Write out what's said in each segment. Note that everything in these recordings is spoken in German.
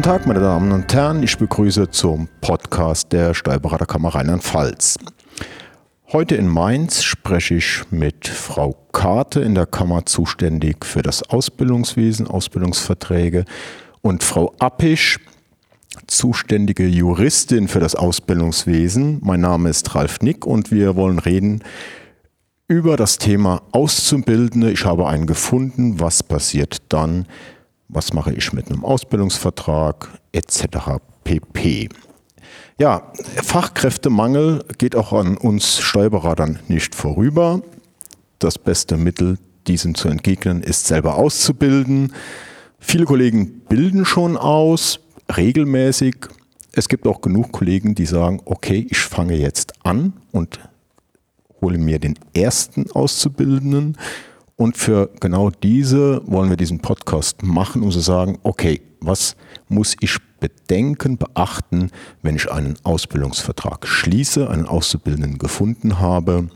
Tag, meine Damen und Herren. Ich begrüße zum Podcast der Steuerberaterkammer Rheinland-Pfalz. Heute in Mainz spreche ich mit Frau Karte, in der Kammer zuständig für das Ausbildungswesen, Ausbildungsverträge, und Frau Appisch, zuständige Juristin für das Ausbildungswesen. Mein Name ist Ralf Nick und wir wollen reden über das Thema Auszubildende. Ich habe einen gefunden. Was passiert dann? Was mache ich mit einem Ausbildungsvertrag etc. pp. Ja, Fachkräftemangel geht auch an uns Steuerberatern nicht vorüber. Das beste Mittel, diesem zu entgegnen, ist selber auszubilden. Viele Kollegen bilden schon aus, regelmäßig. Es gibt auch genug Kollegen, die sagen, okay, ich fange jetzt an und hole mir den ersten Auszubildenden. Und für genau diese wollen wir diesen Podcast machen, um zu sagen, okay, was muss ich bedenken, beachten, wenn ich einen Ausbildungsvertrag schließe, einen Auszubildenden gefunden habe.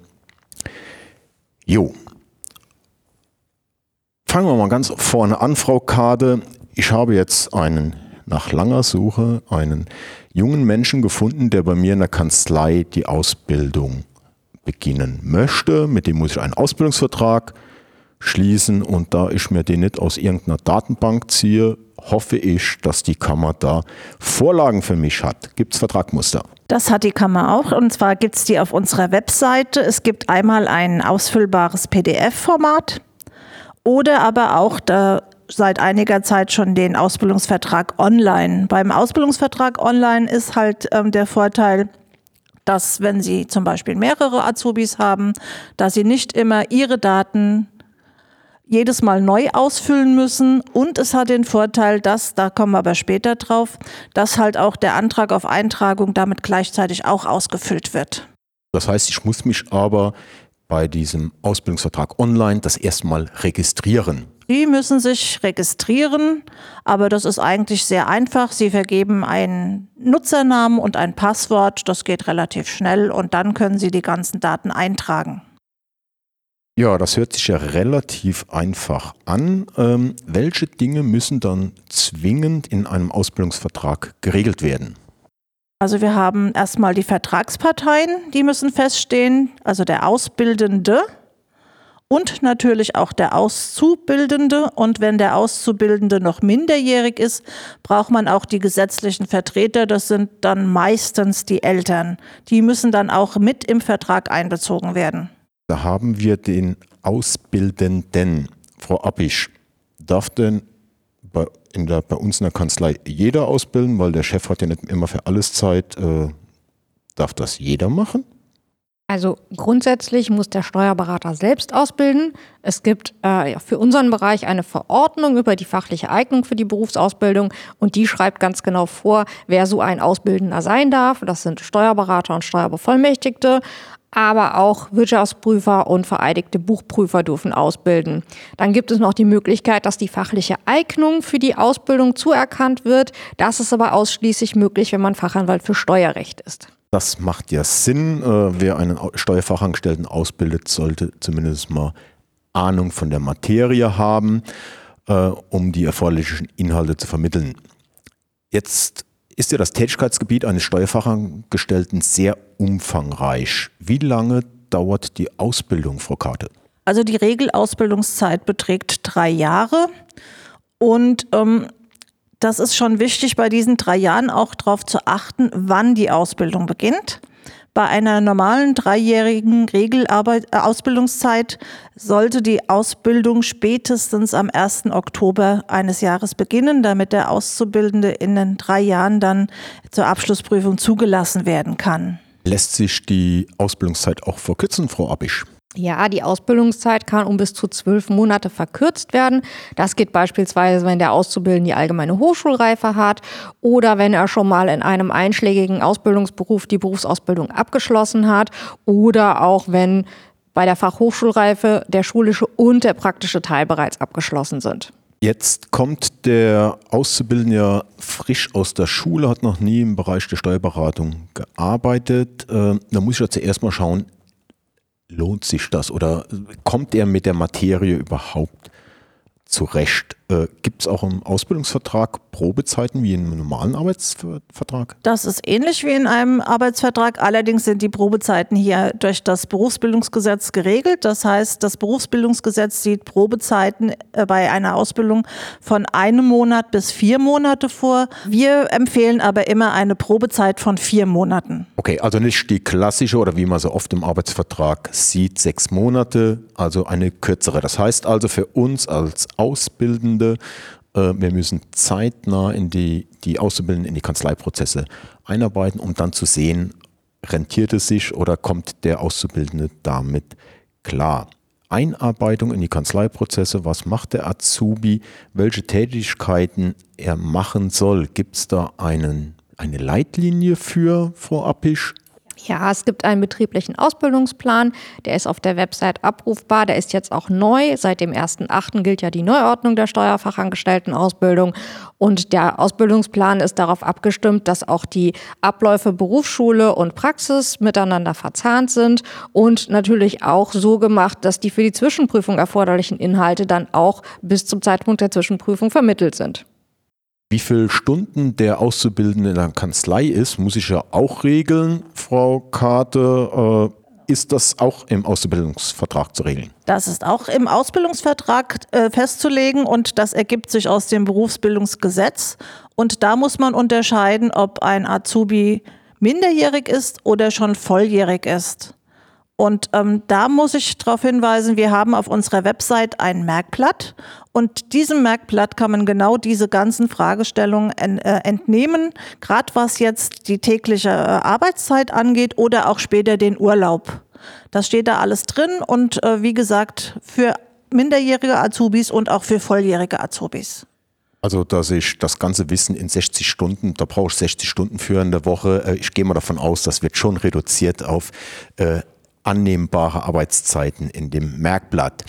Fangen wir mal ganz vorne an, Frau Kade. Ich habe jetzt nach langer Suche einen jungen Menschen gefunden, der bei mir in der Kanzlei die Ausbildung beginnen möchte. Mit dem muss ich einen Ausbildungsvertrag schließen, und da ich mir den nicht aus irgendeiner Datenbank ziehe, hoffe ich, dass die Kammer da Vorlagen für mich hat. Gibt es Vertragsmuster? Das hat die Kammer auch, und zwar gibt es die auf unserer Webseite. Es gibt einmal ein ausfüllbares PDF-Format oder aber auch seit einiger Zeit schon den Ausbildungsvertrag online. Beim Ausbildungsvertrag online ist halt der Vorteil, dass, wenn Sie zum Beispiel mehrere Azubis haben, dass Sie nicht immer Ihre Daten jedes Mal neu ausfüllen müssen, und es hat den Vorteil, dass, da kommen wir aber später drauf, dass halt auch der Antrag auf Eintragung damit gleichzeitig auch ausgefüllt wird. Das heißt, ich muss mich aber bei diesem Ausbildungsvertrag online das erstmal registrieren. Sie müssen sich registrieren, aber das ist eigentlich sehr einfach. Sie vergeben einen Nutzernamen und ein Passwort, das geht relativ schnell, und dann können Sie die ganzen Daten eintragen. Ja, das hört sich ja relativ einfach an. Welche Dinge müssen dann zwingend in einem Ausbildungsvertrag geregelt werden? Also wir haben erstmal die Vertragsparteien, die müssen feststehen, also der Ausbildende und natürlich auch der Auszubildende. Und wenn der Auszubildende noch minderjährig ist, braucht man auch die gesetzlichen Vertreter. Das sind dann meistens die Eltern. Die müssen dann auch mit im Vertrag einbezogen werden. Da haben wir den Ausbildenden. Frau Appisch, darf denn bei uns in der Kanzlei jeder ausbilden, weil der Chef hat ja nicht immer für alles Zeit. Darf das jeder machen? Also grundsätzlich muss der Steuerberater selbst ausbilden. Es gibt für unseren Bereich eine Verordnung über die fachliche Eignung für die Berufsausbildung, und die schreibt ganz genau vor, wer so ein Ausbildender sein darf. Das sind Steuerberater und Steuerbevollmächtigte, aber auch Wirtschaftsprüfer und vereidigte Buchprüfer dürfen ausbilden. Dann gibt es noch die Möglichkeit, dass die fachliche Eignung für die Ausbildung zuerkannt wird. Das ist aber ausschließlich möglich, wenn man Fachanwalt für Steuerrecht ist. Das macht ja Sinn. Wer einen Steuerfachangestellten ausbildet, sollte zumindest mal Ahnung von der Materie haben, um die erforderlichen Inhalte zu vermitteln. Jetzt ist ja das Tätigkeitsgebiet eines Steuerfachangestellten sehr umfangreich. Wie lange dauert die Ausbildung, Frau Karte? Also die Regelausbildungszeit beträgt 3 Jahre, und das ist schon wichtig, bei diesen 3 Jahren auch darauf zu achten, wann die Ausbildung beginnt. Bei einer normalen 3-jährigen Ausbildungszeit sollte die Ausbildung spätestens am 1. Oktober eines Jahres beginnen, damit der Auszubildende in den 3 Jahren dann zur Abschlussprüfung zugelassen werden kann. Lässt sich die Ausbildungszeit auch verkürzen, Frau Appisch? Ja, die Ausbildungszeit kann um bis zu 12 Monate verkürzt werden. Das geht beispielsweise, wenn der Auszubildende die allgemeine Hochschulreife hat oder wenn er schon mal in einem einschlägigen Ausbildungsberuf die Berufsausbildung abgeschlossen hat, oder auch wenn bei der Fachhochschulreife der schulische und der praktische Teil bereits abgeschlossen sind. Jetzt kommt der Auszubildende ja frisch aus der Schule, hat noch nie im Bereich der Steuerberatung gearbeitet. Da muss ich ja zuerst mal schauen, lohnt sich das oder kommt er mit der Materie überhaupt zurecht? Gibt es auch im Ausbildungsvertrag Probezeiten wie in einem normalen Arbeitsvertrag? Das ist ähnlich wie in einem Arbeitsvertrag. Allerdings sind die Probezeiten hier durch das Berufsbildungsgesetz geregelt. Das heißt, das Berufsbildungsgesetz sieht Probezeiten bei einer Ausbildung von 1 Monat bis 4 Monate vor. Wir empfehlen aber immer eine Probezeit von 4 Monaten. Okay, also nicht die klassische oder wie man so oft im Arbeitsvertrag sieht, 6 Monate, also eine kürzere. Das heißt also für uns als Ausbildende, wir müssen zeitnah in die Auszubildenden in die Kanzleiprozesse einarbeiten, um dann zu sehen, rentiert es sich oder kommt der Auszubildende damit klar. Einarbeitung in die Kanzleiprozesse, was macht der Azubi, welche Tätigkeiten er machen soll. Gibt es da eine Leitlinie für, Frau Appisch? Ja, es gibt einen betrieblichen Ausbildungsplan, der ist auf der Website abrufbar, der ist jetzt auch neu. Seit dem 1.8. gilt ja die Neuordnung der Steuerfachangestelltenausbildung und der Ausbildungsplan ist darauf abgestimmt, dass auch die Abläufe Berufsschule und Praxis miteinander verzahnt sind und natürlich auch so gemacht, dass die für die Zwischenprüfung erforderlichen Inhalte dann auch bis zum Zeitpunkt der Zwischenprüfung vermittelt sind. Wie viele Stunden der Auszubildende in der Kanzlei ist, muss ich ja auch regeln, Frau Karte. Ist das auch im Auszubildungsvertrag zu regeln? Das ist auch im Ausbildungsvertrag festzulegen und das ergibt sich aus dem Berufsbildungsgesetz. Und da muss man unterscheiden, ob ein Azubi minderjährig ist oder schon volljährig ist. Und da muss ich darauf hinweisen, wir haben auf unserer Website ein Merkblatt und diesem Merkblatt kann man genau diese ganzen Fragestellungen entnehmen, gerade was jetzt die tägliche Arbeitszeit angeht oder auch später den Urlaub. Das steht da alles drin und wie gesagt für minderjährige Azubis und auch für volljährige Azubis. Also, dass ich das ganze Wissen in 60 Stunden, da brauche ich 60 Stunden für in der Woche. Ich gehe mal davon aus, das wird schon reduziert auf annehmbare Arbeitszeiten in dem Merkblatt.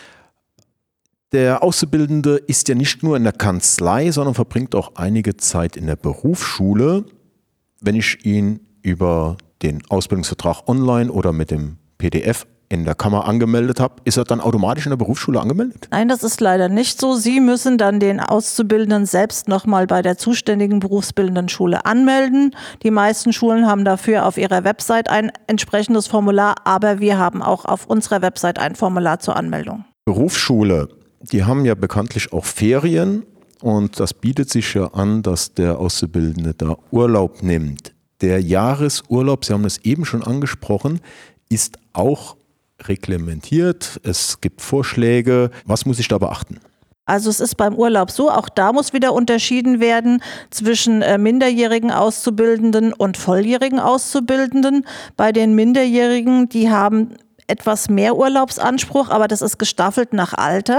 Der Auszubildende ist ja nicht nur in der Kanzlei, sondern verbringt auch einige Zeit in der Berufsschule. Wenn ich ihn über den Ausbildungsvertrag online oder mit dem PDF in der Kammer angemeldet habe, ist er dann automatisch in der Berufsschule angemeldet? Nein, das ist leider nicht so. Sie müssen dann den Auszubildenden selbst nochmal bei der zuständigen berufsbildenden Schule anmelden. Die meisten Schulen haben dafür auf ihrer Website ein entsprechendes Formular, aber wir haben auch auf unserer Website ein Formular zur Anmeldung. Berufsschule, die haben ja bekanntlich auch Ferien und das bietet sich ja an, dass der Auszubildende da Urlaub nimmt. Der Jahresurlaub, Sie haben es eben schon angesprochen, ist auch reglementiert, es gibt Vorschläge. Was muss ich da beachten? Also es ist beim Urlaub so, auch da muss wieder unterschieden werden zwischen minderjährigen Auszubildenden und volljährigen Auszubildenden. Bei den Minderjährigen, die haben etwas mehr Urlaubsanspruch, aber das ist gestaffelt nach Alter.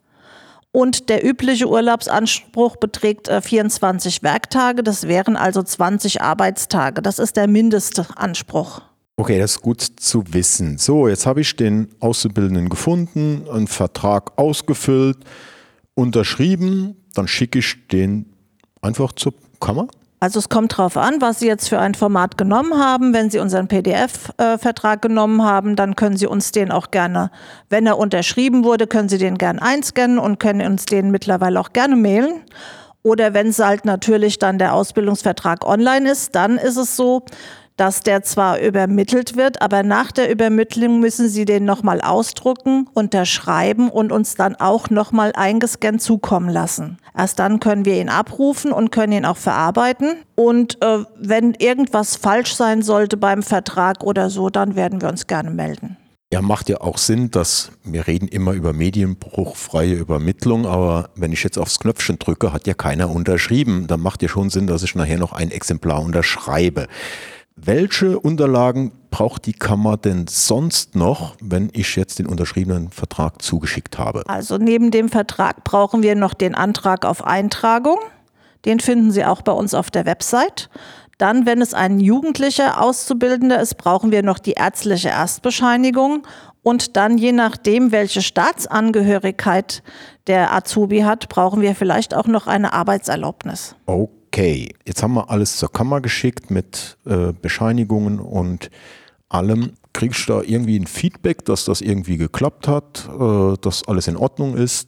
Und der übliche Urlaubsanspruch beträgt 24 Werktage, das wären also 20 Arbeitstage. Das ist der mindeste Anspruch. Okay, das ist gut zu wissen. So, jetzt habe ich den Auszubildenden gefunden, einen Vertrag ausgefüllt, unterschrieben, dann schicke ich den einfach zur Kammer? Also es kommt drauf an, was Sie jetzt für ein Format genommen haben. Wenn Sie unseren PDF-Vertrag genommen haben, dann können Sie uns den auch gerne, wenn er unterschrieben wurde, können Sie den gerne einscannen und können uns den mittlerweile auch gerne mailen. Oder wenn es halt natürlich dann der Ausbildungsvertrag online ist, dann ist es so, dass der zwar übermittelt wird, aber nach der Übermittlung müssen Sie den nochmal ausdrucken, unterschreiben und uns dann auch nochmal eingescannt zukommen lassen. Erst dann können wir ihn abrufen und können ihn auch verarbeiten. Und wenn irgendwas falsch sein sollte beim Vertrag oder so, dann werden wir uns gerne melden. Ja, macht ja auch Sinn, dass wir reden immer über medienbruchfreie Übermittlung, aber wenn ich jetzt aufs Knöpfchen drücke, hat ja keiner unterschrieben. Dann macht ja schon Sinn, dass ich nachher noch ein Exemplar unterschreibe. Welche Unterlagen braucht die Kammer denn sonst noch, wenn ich jetzt den unterschriebenen Vertrag zugeschickt habe? Also neben dem Vertrag brauchen wir noch den Antrag auf Eintragung. Den finden Sie auch bei uns auf der Website. Dann, wenn es ein jugendlicher Auszubildender ist, brauchen wir noch die ärztliche Erstbescheinigung. Und dann, je nachdem, welche Staatsangehörigkeit der Azubi hat, brauchen wir vielleicht auch noch eine Arbeitserlaubnis. Okay, jetzt haben wir alles zur Kammer geschickt mit Bescheinigungen und allem. Kriegst du da irgendwie ein Feedback, dass das irgendwie geklappt hat, dass alles in Ordnung ist?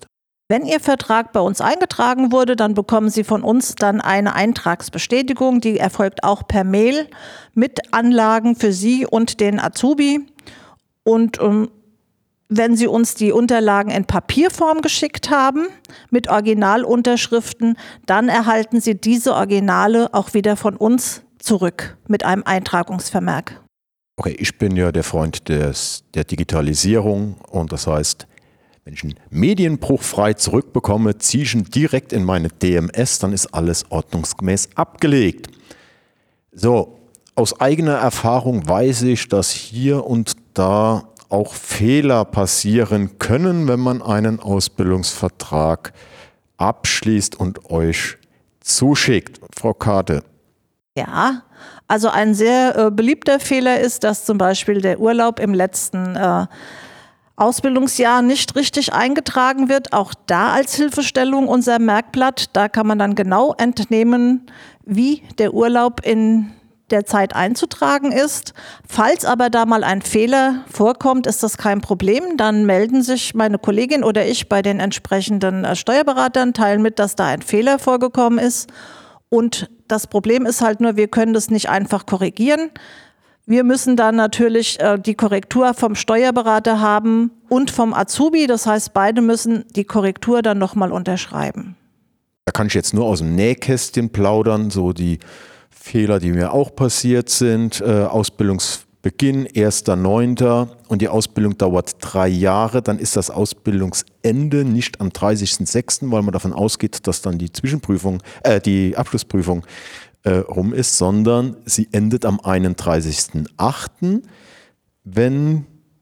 Wenn Ihr Vertrag bei uns eingetragen wurde, dann bekommen Sie von uns dann eine Eintragsbestätigung, die erfolgt auch per Mail mit Anlagen für Sie und den Azubi. Und wenn Sie uns die Unterlagen in Papierform geschickt haben, mit Originalunterschriften, dann erhalten Sie diese Originale auch wieder von uns zurück mit einem Eintragungsvermerk. Okay, ich bin ja der Freund der Digitalisierung und das heißt, wenn ich einen Medienbruch frei zurückbekomme, ziehe ich ihn direkt in meine DMS, dann ist alles ordnungsgemäß abgelegt. So, aus eigener Erfahrung weiß ich, dass hier und da auch Fehler passieren können, wenn man einen Ausbildungsvertrag abschließt und euch zuschickt. Frau Karte. Ja, also ein sehr beliebter Fehler ist, dass zum Beispiel der Urlaub im letzten Ausbildungsjahr nicht richtig eingetragen wird. Auch da als Hilfestellung unser Merkblatt. Da kann man dann genau entnehmen, wie der Urlaub in der Zeit einzutragen ist. Falls aber da mal ein Fehler vorkommt, ist das kein Problem. Dann melden sich meine Kollegin oder ich bei den entsprechenden Steuerberatern, teilen mit, dass da ein Fehler vorgekommen ist. Und das Problem ist halt nur, wir können das nicht einfach korrigieren. Wir müssen dann natürlich die Korrektur vom Steuerberater haben und vom Azubi. Das heißt, beide müssen die Korrektur dann nochmal unterschreiben. Da kann ich jetzt nur aus dem Nähkästchen plaudern, so die Fehler, die mir auch passiert sind. Ausbildungsbeginn 1.9. und die Ausbildung dauert 3 Jahre. Dann ist das Ausbildungsende nicht am 30.06., weil man davon ausgeht, dass dann die Abschlussprüfung rum ist, sondern sie endet am 31.08. Wenn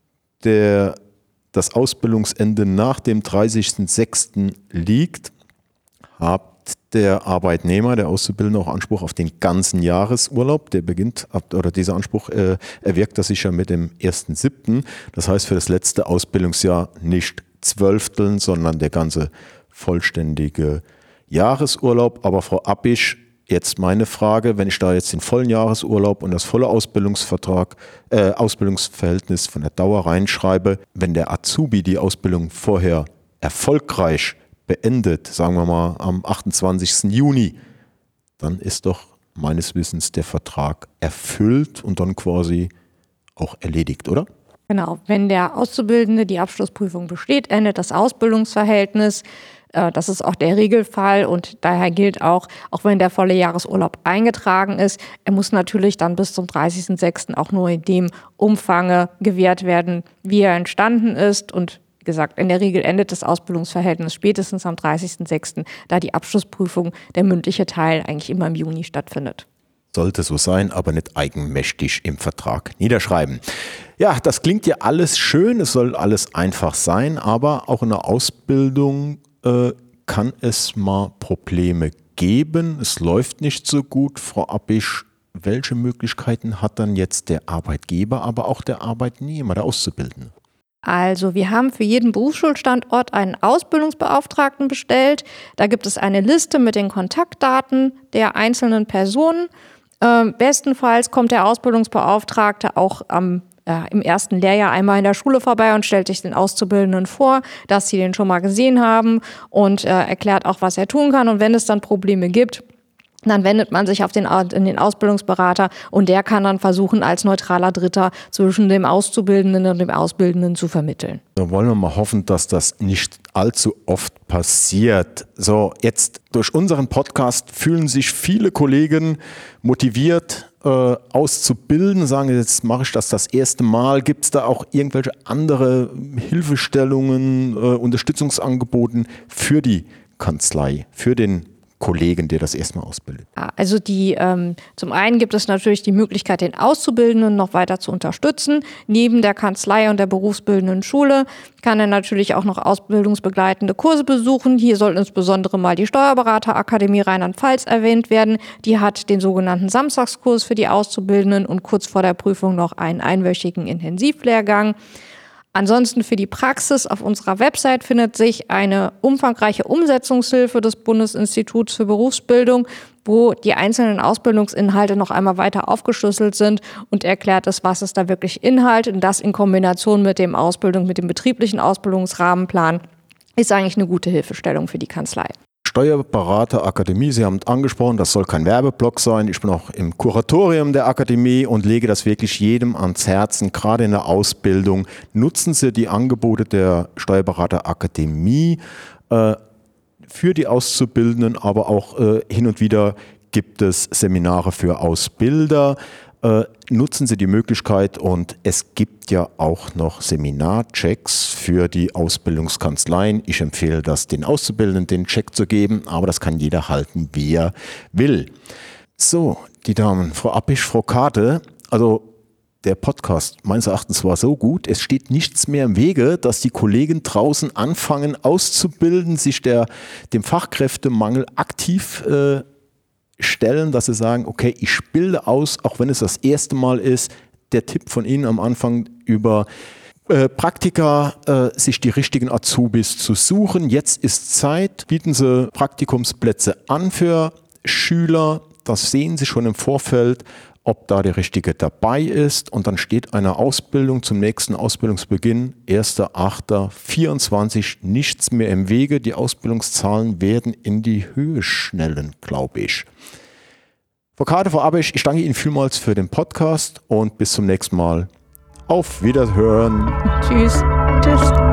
das Ausbildungsende nach dem 30.06. liegt, hat der Arbeitnehmer, der Auszubildende, auch Anspruch auf den ganzen Jahresurlaub. Der beginnt, oder dieser Anspruch erwirkt das sich ja mit dem 1.07. Das heißt für das letzte Ausbildungsjahr nicht 12, sondern der ganze vollständige Jahresurlaub. Aber Frau Appisch, jetzt meine Frage, wenn ich da jetzt den vollen Jahresurlaub und das volle Ausbildungsverhältnis von der Dauer reinschreibe, wenn der Azubi die Ausbildung vorher erfolgreich beendet, sagen wir mal am 28. Juni, dann ist doch meines Wissens der Vertrag erfüllt und dann quasi auch erledigt, oder? Genau, wenn der Auszubildende die Abschlussprüfung besteht, endet das Ausbildungsverhältnis. Das ist auch der Regelfall und daher gilt auch wenn der volle Jahresurlaub eingetragen ist, er muss natürlich dann bis zum 30.06. auch nur in dem Umfange gewährt werden, wie er entstanden ist. Und wie gesagt, in der Regel endet das Ausbildungsverhältnis spätestens am 30.06., da die Abschlussprüfung, der mündliche Teil, eigentlich immer im Juni stattfindet. Sollte so sein, aber nicht eigenmächtig im Vertrag niederschreiben. Ja, das klingt ja alles schön, es soll alles einfach sein, aber auch in der Ausbildung kann es mal Probleme geben. Es läuft nicht so gut. Frau Appisch, welche Möglichkeiten hat dann jetzt der Arbeitgeber, aber auch der Arbeitnehmer, der Auszubildende? Also wir haben für jeden Berufsschulstandort einen Ausbildungsbeauftragten bestellt. Da gibt es eine Liste mit den Kontaktdaten der einzelnen Personen. Bestenfalls kommt der Ausbildungsbeauftragte auch im ersten Lehrjahr einmal in der Schule vorbei und stellt sich den Auszubildenden vor, dass sie den schon mal gesehen haben und erklärt auch, was er tun kann. Und wenn es dann Probleme gibt, dann wendet man sich in den Ausbildungsberater und der kann dann versuchen, als neutraler Dritter zwischen dem Auszubildenden und dem Ausbildenden zu vermitteln. Da wollen wir mal hoffen, dass das nicht allzu oft passiert. So, jetzt durch unseren Podcast fühlen sich viele Kollegen motiviert, auszubilden, sagen, jetzt mache ich das erste Mal. Gibt es da auch irgendwelche andere Hilfestellungen, Unterstützungsangeboten für die Kanzlei, für den Kollegen, der das erstmal ausbildet? Also zum einen gibt es natürlich die Möglichkeit, den Auszubildenden noch weiter zu unterstützen. Neben der Kanzlei und der berufsbildenden Schule kann er natürlich auch noch ausbildungsbegleitende Kurse besuchen. Hier soll insbesondere mal die Steuerberaterakademie Rheinland-Pfalz erwähnt werden. Die hat den sogenannten Samstagskurs für die Auszubildenden und kurz vor der Prüfung noch einen einwöchigen Intensivlehrgang. Ansonsten für die Praxis auf unserer Website findet sich eine umfangreiche Umsetzungshilfe des Bundesinstituts für Berufsbildung, wo die einzelnen Ausbildungsinhalte noch einmal weiter aufgeschlüsselt sind und erklärt ist, was ist da wirklich Inhalt und das in Kombination mit dem betrieblichen Ausbildungsrahmenplan ist eigentlich eine gute Hilfestellung für die Kanzlei. Steuerberaterakademie, Sie haben es angesprochen, das soll kein Werbeblock sein. Ich bin auch im Kuratorium der Akademie und lege das wirklich jedem ans Herzen, gerade in der Ausbildung. Nutzen Sie die Angebote der Steuerberaterakademie für die Auszubildenden, aber auch hin und wieder gibt es Seminare für Ausbilder. Nutzen Sie die Möglichkeit und es gibt ja auch noch Seminarchecks für die Ausbildungskanzleien. Ich empfehle das den Auszubildenden, den Check zu geben, aber das kann jeder halten, wie er will. So, die Damen, Frau Appisch, Frau Karte, also der Podcast meines Erachtens war so gut, es steht nichts mehr im Wege, dass die Kollegen draußen anfangen auszubilden, sich dem Fachkräftemangel aktiv stellen, dass sie sagen, okay, ich bilde aus, auch wenn es das erste Mal ist. Der Tipp von Ihnen am Anfang über Praktika, sich die richtigen Azubis zu suchen. Jetzt ist Zeit, bieten Sie Praktikumsplätze an für Schüler. Das sehen Sie schon im Vorfeld, ob da der Richtige dabei ist. Und dann steht eine Ausbildung zum nächsten Ausbildungsbeginn, 1.8.24, nichts mehr im Wege. Die Ausbildungszahlen werden in die Höhe schnellen, glaube ich. Frau Karte, Frau Appisch, ich danke Ihnen vielmals für den Podcast und bis zum nächsten Mal. Auf Wiederhören. Tschüss. Tschüss.